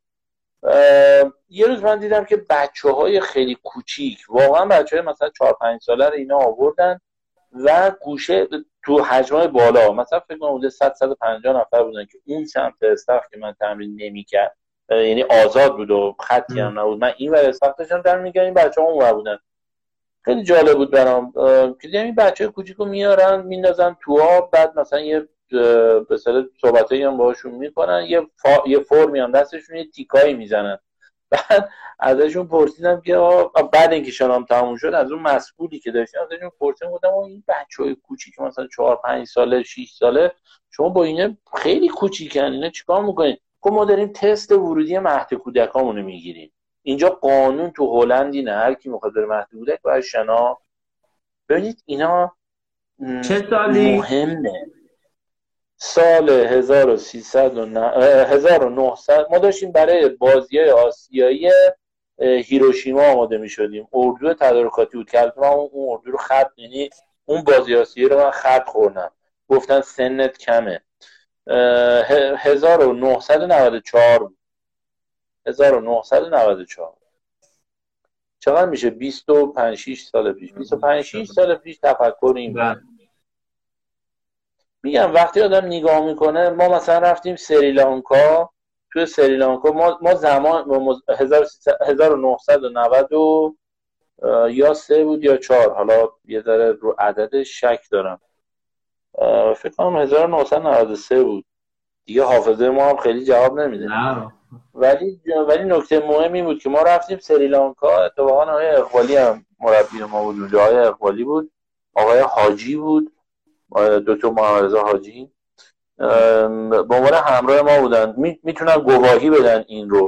یه روز من دیدم که بچه‌های خیلی کوچیک، واقعا بچه‌های مثلا چهار پنج ساله رو اینا آوردن و گوشه تو حجمای بالا، مثلا فکر کنم بوده صد صد و پنجاه نفر بودن که اون سمت استخر که من تمرین نمی‌کرد، یعنی آزاد بود و خطی هم نبود، من این ور استخر داشتم تمرین می‌کردم، این بچه‌ها اون ور بودن. خیلی جالب بود برام که دیدم این بچه‌های کوچیکو میارن میندازن تو آب، بعد مثلا یه به اصطلاح صحبتایی هم باهاشون میکنن، یه فا... یه فرمی هم دستشون یه تیکایی میزنن. بعد ازشون پرسیدم که بعد اینکه شنام تموم شد از اون مسئولی که داشتم ازشون پرسیدم، گفتم این بچهای کوچیک مثلا چهار پنج ساله شش ساله شما با اینا خیلی کوچیکن اینا چیکار میکنین؟ گفت ما داریم تست ورودی مهد کودکامونو میگیریم. اینجا قانون تو هلندی نه، هر کی میخواد بره مهد کودک باید شنا. ببینید اینا چه سالی؟ مهمه. سال هزار و سیصد و هزار و نهصد ما داشتیم برای بازی‌های آسیایی هیروشیما آماده می‌شدیم. اردو تدارکاتی بود که البته اون اردو رو خط، یعنی اون بازی آسیایی رو من خط خوردم، گفتن سنت کمه. هزار و نهصد و نود و چهار بود. هزار و نهصد و نود و چهار چقدر میشه؟ بیست و پنج شش سال پیش. بیست و پنج شش سال پیش تفکر این بود. میگم وقتی آدم نگاه میکنه، ما مثلا رفتیم سریلانکا، توی سریلانکا ما ما زمان هزار و نهصد و نود و یا سه بود یا چهار، حالا یه ذره رو عدد شک دارم، فکر کنم هزار و نهصد و نود و سه بود دیگه، حافظه ما هم خیلی جواب نمیده. ولی ولی نکته مهمی بود که ما رفتیم سریلانکا، اتفاقا آقای اقبالی هم مربی ما بود اونجا، آقای اقبالی بود، آقای حاجی بود، دکتر محمد رضا حاجی به عنوان همراه ما بودن، میتونن گواهی بدن این رو.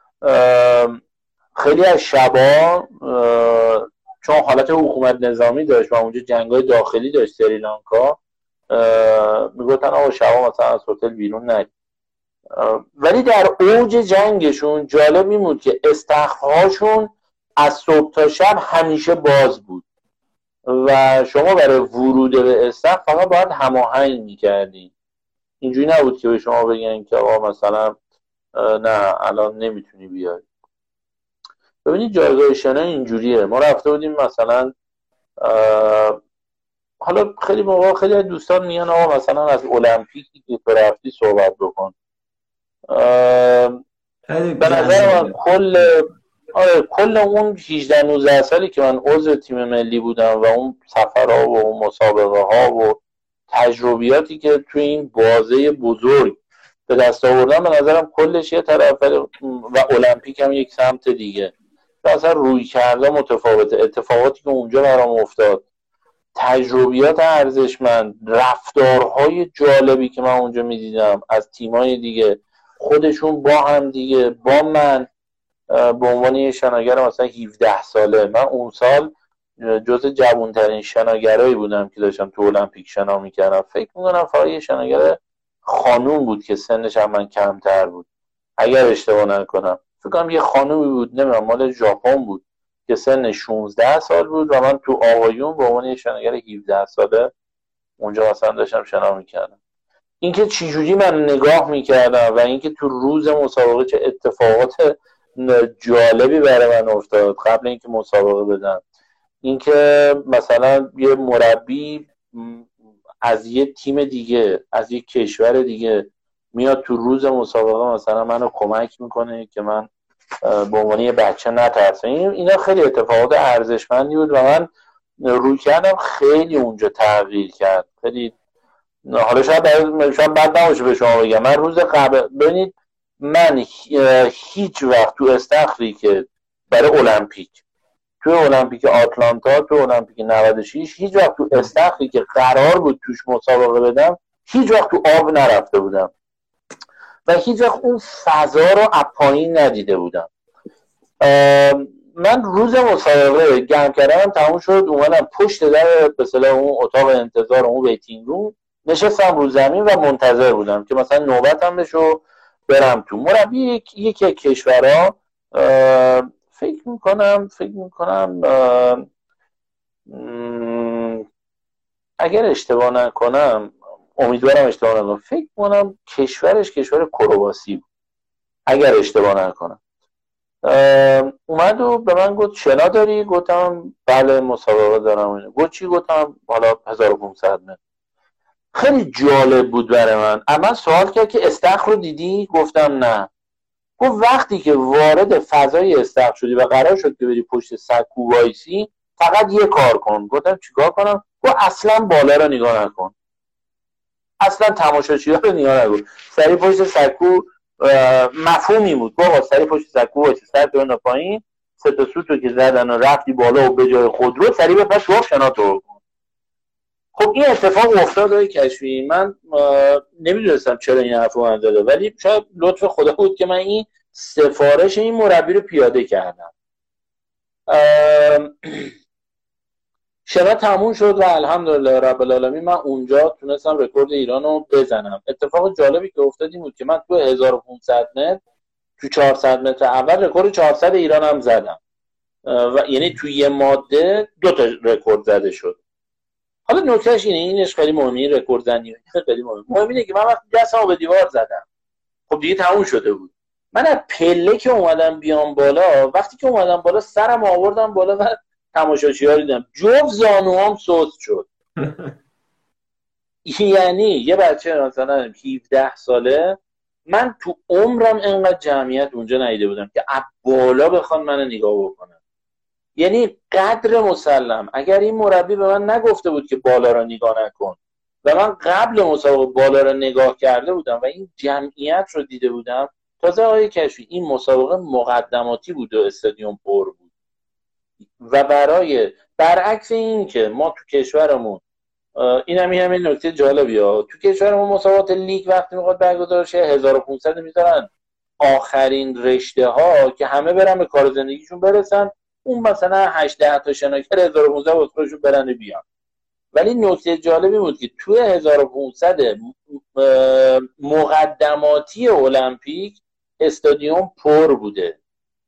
خیلی از شبا چون حالت حکومت نظامی داشت و اونجا جنگای داخلی داشت سریلانکا، میگفتن آقا شبا مثلا از هتل بیرون نرید. ولی در اوج جنگشون جالب این بود که استخرهاشون از صبح تا شب همیشه باز بود و شما برای ورود به استخر فقط باید هماهنگ میکردین. اینجوری نبود که به شما بگن که آقا مثلا نه الان نمیتونی بیای. ببینید جایگاه شنا اینجوریه. ما رفته بودیم مثلا حالا خیلی موقع خیلی از دوستان میگن آقا مثلا از المپیکی که تو رفتی صحبت بکن. به نظر من کل آره کل اون هجده نوزده سالی که من عضو تیم ملی بودم و اون سفرها و اون مسابقه ها و تجربیاتی که توی این بازه بزرگ به دست آوردم، به نظرم کلش یه طرف و المپیک هم یک سمت دیگه. اصلا روی کرده متفاوته، اتفاقاتی که اونجا برام افتاد، تجربیات ارزشمند، رفتارهای جالبی که من اونجا میدیدم از تیمای دیگه، خودشون با هم دیگه، با من به عنوان یه شناگر مثلا هفده ساله. من اون سال جز جوانترین شناگرایی بودم که داشتم تو المپیک شنا میکردم. فکر میکنم فقط یه شناگر خانوم بود که سنش هم من کمتر بود اگر اشتباه نکنم، فکر کنم یه خانومی بود نمیدونم مال ژاپن بود که سن شانزده سال بود و من تو آقایون به عنوان یه شناگر هفده ساله اونجا مثلا داشتم شنا میکردم. اینکه چجوری من نگاه میکردم و اینکه تو روز مسابقه چه اتفاقات جالبی برای من افتاد قبل اینکه مسابقه بدم، اینکه مثلا یه مربی از یه تیم دیگه از یه کشور دیگه میاد تو روز مسابقه مثلا منو کمک میکنه که من به عنوان یه بچه نترسم. اینا خیلی اتفاقات ارزشمندی بود و من روی کردم خیلی اونجا تغییر کرد. خیلی حالا شاید شاید بد نباشه به شما بگم، من روز قبل ببینید من هیچ وقت تو استخری که برای المپیک، تو المپیک آتلانتا، تو المپیک نود و شش، هیچ وقت تو استخری که قرار بود توش مسابقه بدم هیچ وقت تو آب نرفته بودم و هیچ وقت اون فضا رو از پایین ندیده بودم. من روز مسابقه گرم کردنم تموم شد، اومدم پشت در به اصطلاح اون اتاق انتظار، اون ویتینگ روم نشستم رو زمین و منتظر بودم که مثلا نوبتم بشه و برم تو. مربی یکی یک کشورها فکر میکنم فکر میکنم اگر اشتباه نکنم، امیدوارم اشتباه نکنم، فکر میکنم کشورش کشور کرواسی بود اگر اشتباه نکنم. اومد و به من گفت شنا داری؟ گفتم بله مسابقه دارم. گفت چی؟ گفتم حالا هزار و پانصد متر. خیلی جالب بود برای من. اما سوال کرد که استخر رو دیدی؟ گفتم نه. گفت وقتی که وارد فضای استخر شدی و قرار شد که بری پشت سکو وایسی فقط یه کار کن. گفتم چیکار کنم؟ گفت اصلا بالا رو نگاه نکن، اصلا تماشاچی‌ها رو نگاه نکن، سری پشت سکو. مفهومی بود بابا سری پشت سکو وایسی، سر تو پایین، سه تا سوتو که زدن و رفتی بالا و به جای خودرو سری بپس تو شنا تو. خب این اتفاق افتاد های کشفی. من نمیدونستم چرا این حرفو من زده، ولی شاید لطف خدا بود که من این سفارش این مربی رو پیاده کردم. شنا تموم شد و الحمدلله رب العالمین من اونجا تونستم رکورد ایران رو بزنم. اتفاق جالبی که افتاد این بود که من تو هزار و پانصد متر تو چهارصد متر اول رکورد چهارصد ایران هم زدم و یعنی توی یه ماده دو تا رکورد زده شد. حالا نکتهش اینه، اینش خیلی مهمه، رکورد زنی خیلی مهمه. مهم اینه که من وقتی دستمو به دیوار زدم خب دیگه تموم شده بود. من از پله که اومدم بیام بالا، وقتی که اومدم بالا سرم آوردم بالا و تماشاچی‌ها دیدم، جفت زانوام سست شد. یعنی یه بچه مثلا هفده ساله، من تو عمرم اینقدر جمعیت اونجا ندیده بودم که از بالا بخوان منو نگاه بکنن. یعنی قدر مسلم اگر این مربی به من نگفته بود که بالا رو نگاه نکن و من قبل مسابقه بالا رو نگاه کرده بودم و این جمعیت رو دیده بودم. تازه آقای کشفی این مسابقه مقدماتی بود و استادیوم پر بود و برای برعکس این که ما تو کشورمون، این همین همین نکته جالبی ها، تو کشورمون مسابقات لیگ وقتی میخواد برگزار شه هزار و پانصد میذارن آخرین رشته ها که همه برن به کار زندگیشون برسن، اون مثلا هشت ده تا شناگر هزار و پانصد واسه خودشون برن بیان. ولی نکته جالبی بود که توی هزار و پانصد مقدماتی المپیک استادیوم پر بوده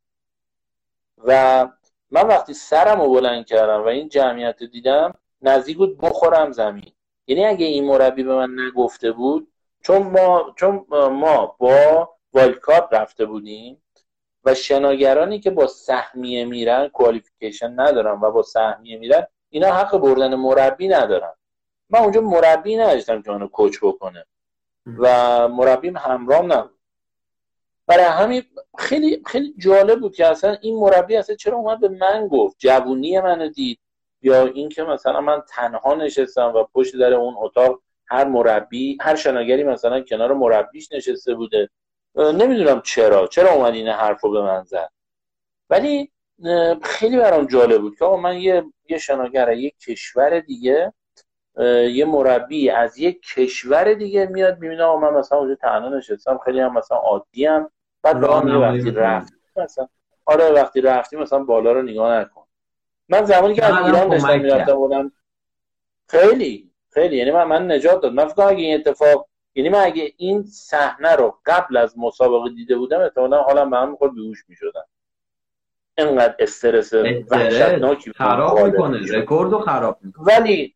و من وقتی سرم رو بلند کردم و این جمعیت رو دیدم نزدیک بود بخورم زمین. یعنی اگه این مربی به من نگفته بود، چون ما چون ما با وایلد کارت رفته بودیم و شناگرانی که با سهمیه میرن کوالیفیکیشن ندارن و با سهمیه میرن، اینا حق بردن مربی ندارن. من اونجا مربی نداشتم که منو کوچ بکنه و مربیم همراهم نبود. برای همین خیلی خیلی جالب بود که اصلا این مربی اصلا چرا اومد به من گفت، جوونی منو دید یا این که مثلا من تنها نشستم و پشت در اون اتاق هر مربی هر شناگری مثلا کنار مربیش نشسته بوده. نمیدونم چرا چرا اومد این حرفو به من زد، ولی خیلی برام جالب بود که آقا من یه یه شناگر یک کشور دیگه، یه مربی از یک کشور دیگه میاد میبینه آقا من مثلا اونجا تنها نشستم، خیلی هم مثلا عادی ام، بعد راه وقتی رفت مثلا آره وقتی رفتی مثلا بالا رو نگاه نکن. من زمانی که از ایران داشتم میرفتم بودم خیلی خیلی یعنی من من نجات داد. من فکر کنم اگه این اتفاق، یعنی من اگه این صحنه رو قبل از مسابقه دیده بودم احتمالاً حالم به هم می‌خورد، بیهوش می‌شدم. اینقدر استرس وحشتناکی خراب میکنه، رکوردو خراب میکنه. ولی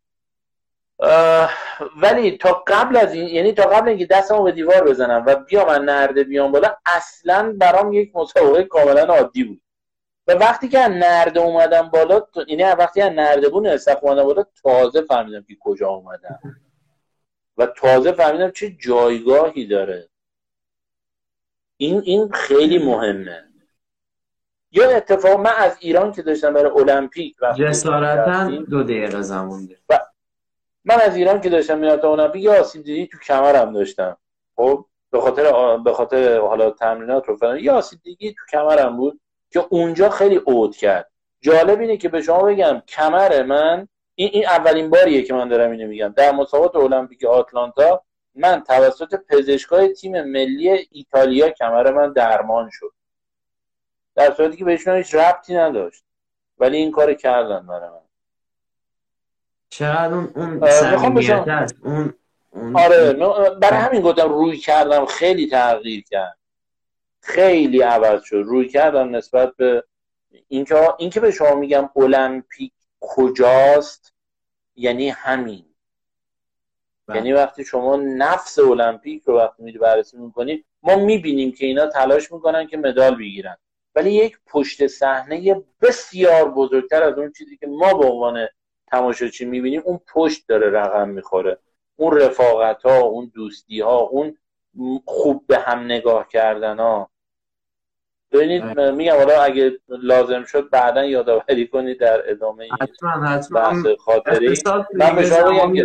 ولی تا قبل از این، یعنی تا قبل اینکه دستمو به دیوار بزنم و بیام من نرده بیام بالا، اصلا برام یک مسابقه کاملا عادی بود. و وقتی که نرده اومدم بالا، یعنی وقتی از نردبون استخر اومدم بالا، تازه فهمیدم که کجا اومدم و تازه فهمیدم چه جایگاهی داره. این این خیلی مهمه. یا اتفاق من از ایران که داشتم برای المپیک جسارتاً دو دقیقه زمان دارم من از ایران که داشتم میرفتم المپیک یه آسیب دیدگی تو کمرم داشتم. خب به خاطر به خاطر حالا تمرینات رو فلان یه آسیب دیدگی تو کمرم بود که اونجا خیلی عود کرد. جالب اینه که به شما بگم کمر من این این اولین باریه که من دارم اینو میگم، در مسابقات المپیک آتلانتا من توسط پزشکای تیم ملی ایتالیا کمر من درمان شد، در صورتی که بهشون هیچ ربطی نداشت، ولی این کار کردن برای من. چقدر اون اون صمیمیت هست اون اون آره برای همین گفتم روی کردم خیلی تغییر کرد، خیلی عوض شد روی کردم نسبت به اینکه اینکه به شما میگم المپیک کجاست، یعنی همین بله. یعنی وقتی شما نفس المپیک رو وقتی میری بررسی میکنی، ما میبینیم که اینا تلاش میکنن که مدال بگیرن، ولی یک پشت صحنه بسیار بزرگتر از اون چیزی که ما به عنوان تماشاچی میبینیم اون پشت داره رقم میخوره، اون رفاقت ها، اون دوستی ها، اون خوب به هم نگاه کردن ها. ببینید میگم حالا اگه لازم شد بعدا یادآوری کنید در ادامه حتما حتما بحث خاطری من به شما بگم.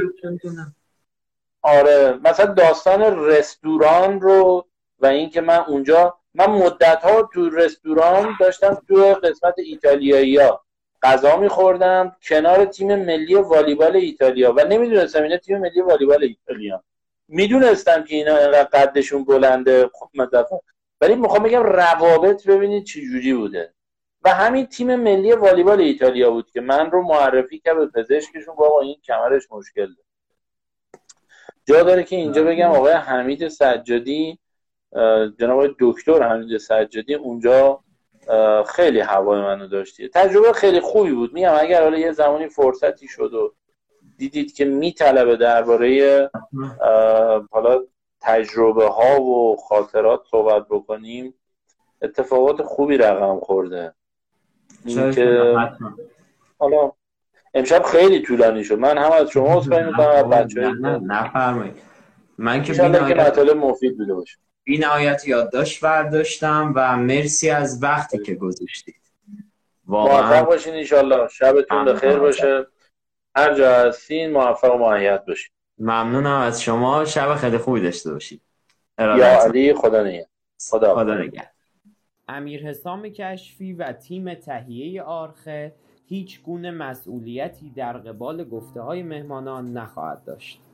آره مثلا داستان رستوران رو و این که من اونجا من مدت ها تو رستوران داشتم تو قسمت ایتالیایی ها غذا میخوردم کنار تیم ملی والیبال ایتالیا و نمیدونستم اینا تیم ملی والیبال ایتالیا، میدونستم که اینا اینقدر قدشون بلنده خب مثلا، ولی میخوام بگم روابط ببینید چه جوری بوده. و همین تیم ملی والیبال ایتالیا بود که من رو معرفی کرد به پزشکشون، بابا این کمرش مشکل داره. جا داره که اینجا بگم آقای حمید سجادی، جناب آقای دکتر حمید سجادی اونجا خیلی هوای منو داشتی، تجربه خیلی خوبی بود. میگم اگر حالا یه زمانی فرصتی شد و دیدید که میطلبه درباره حالا تجربه ها و خاطرات صحبت بکنیم، اتفاقات خوبی رقم خورده. این که حالا امشب خیلی طولانی شد، من هم از شما عذرخواهی میکنم از بچه‌ها. نه نفرمایید، من که بی‌نهایت که مطالب مفید بوده باشه. بی‌نهایت یادداشت برداشتم و مرسی از وقتی که گذاشتید. موفق باشین ان شاءالله، شبتون بخیر باشه، هر جا هستین موفق و مؤید باشین. ممنونم از شما، شب خیلی خوبی داشته باشید. یا علی خدا نگهدار. خدا خدا نگهدار. امیر حسام کشفی و تیم تهیه آرخه هیچ گونه مسئولیتی در قبال گفته‌های مهمانان نخواهد داشت.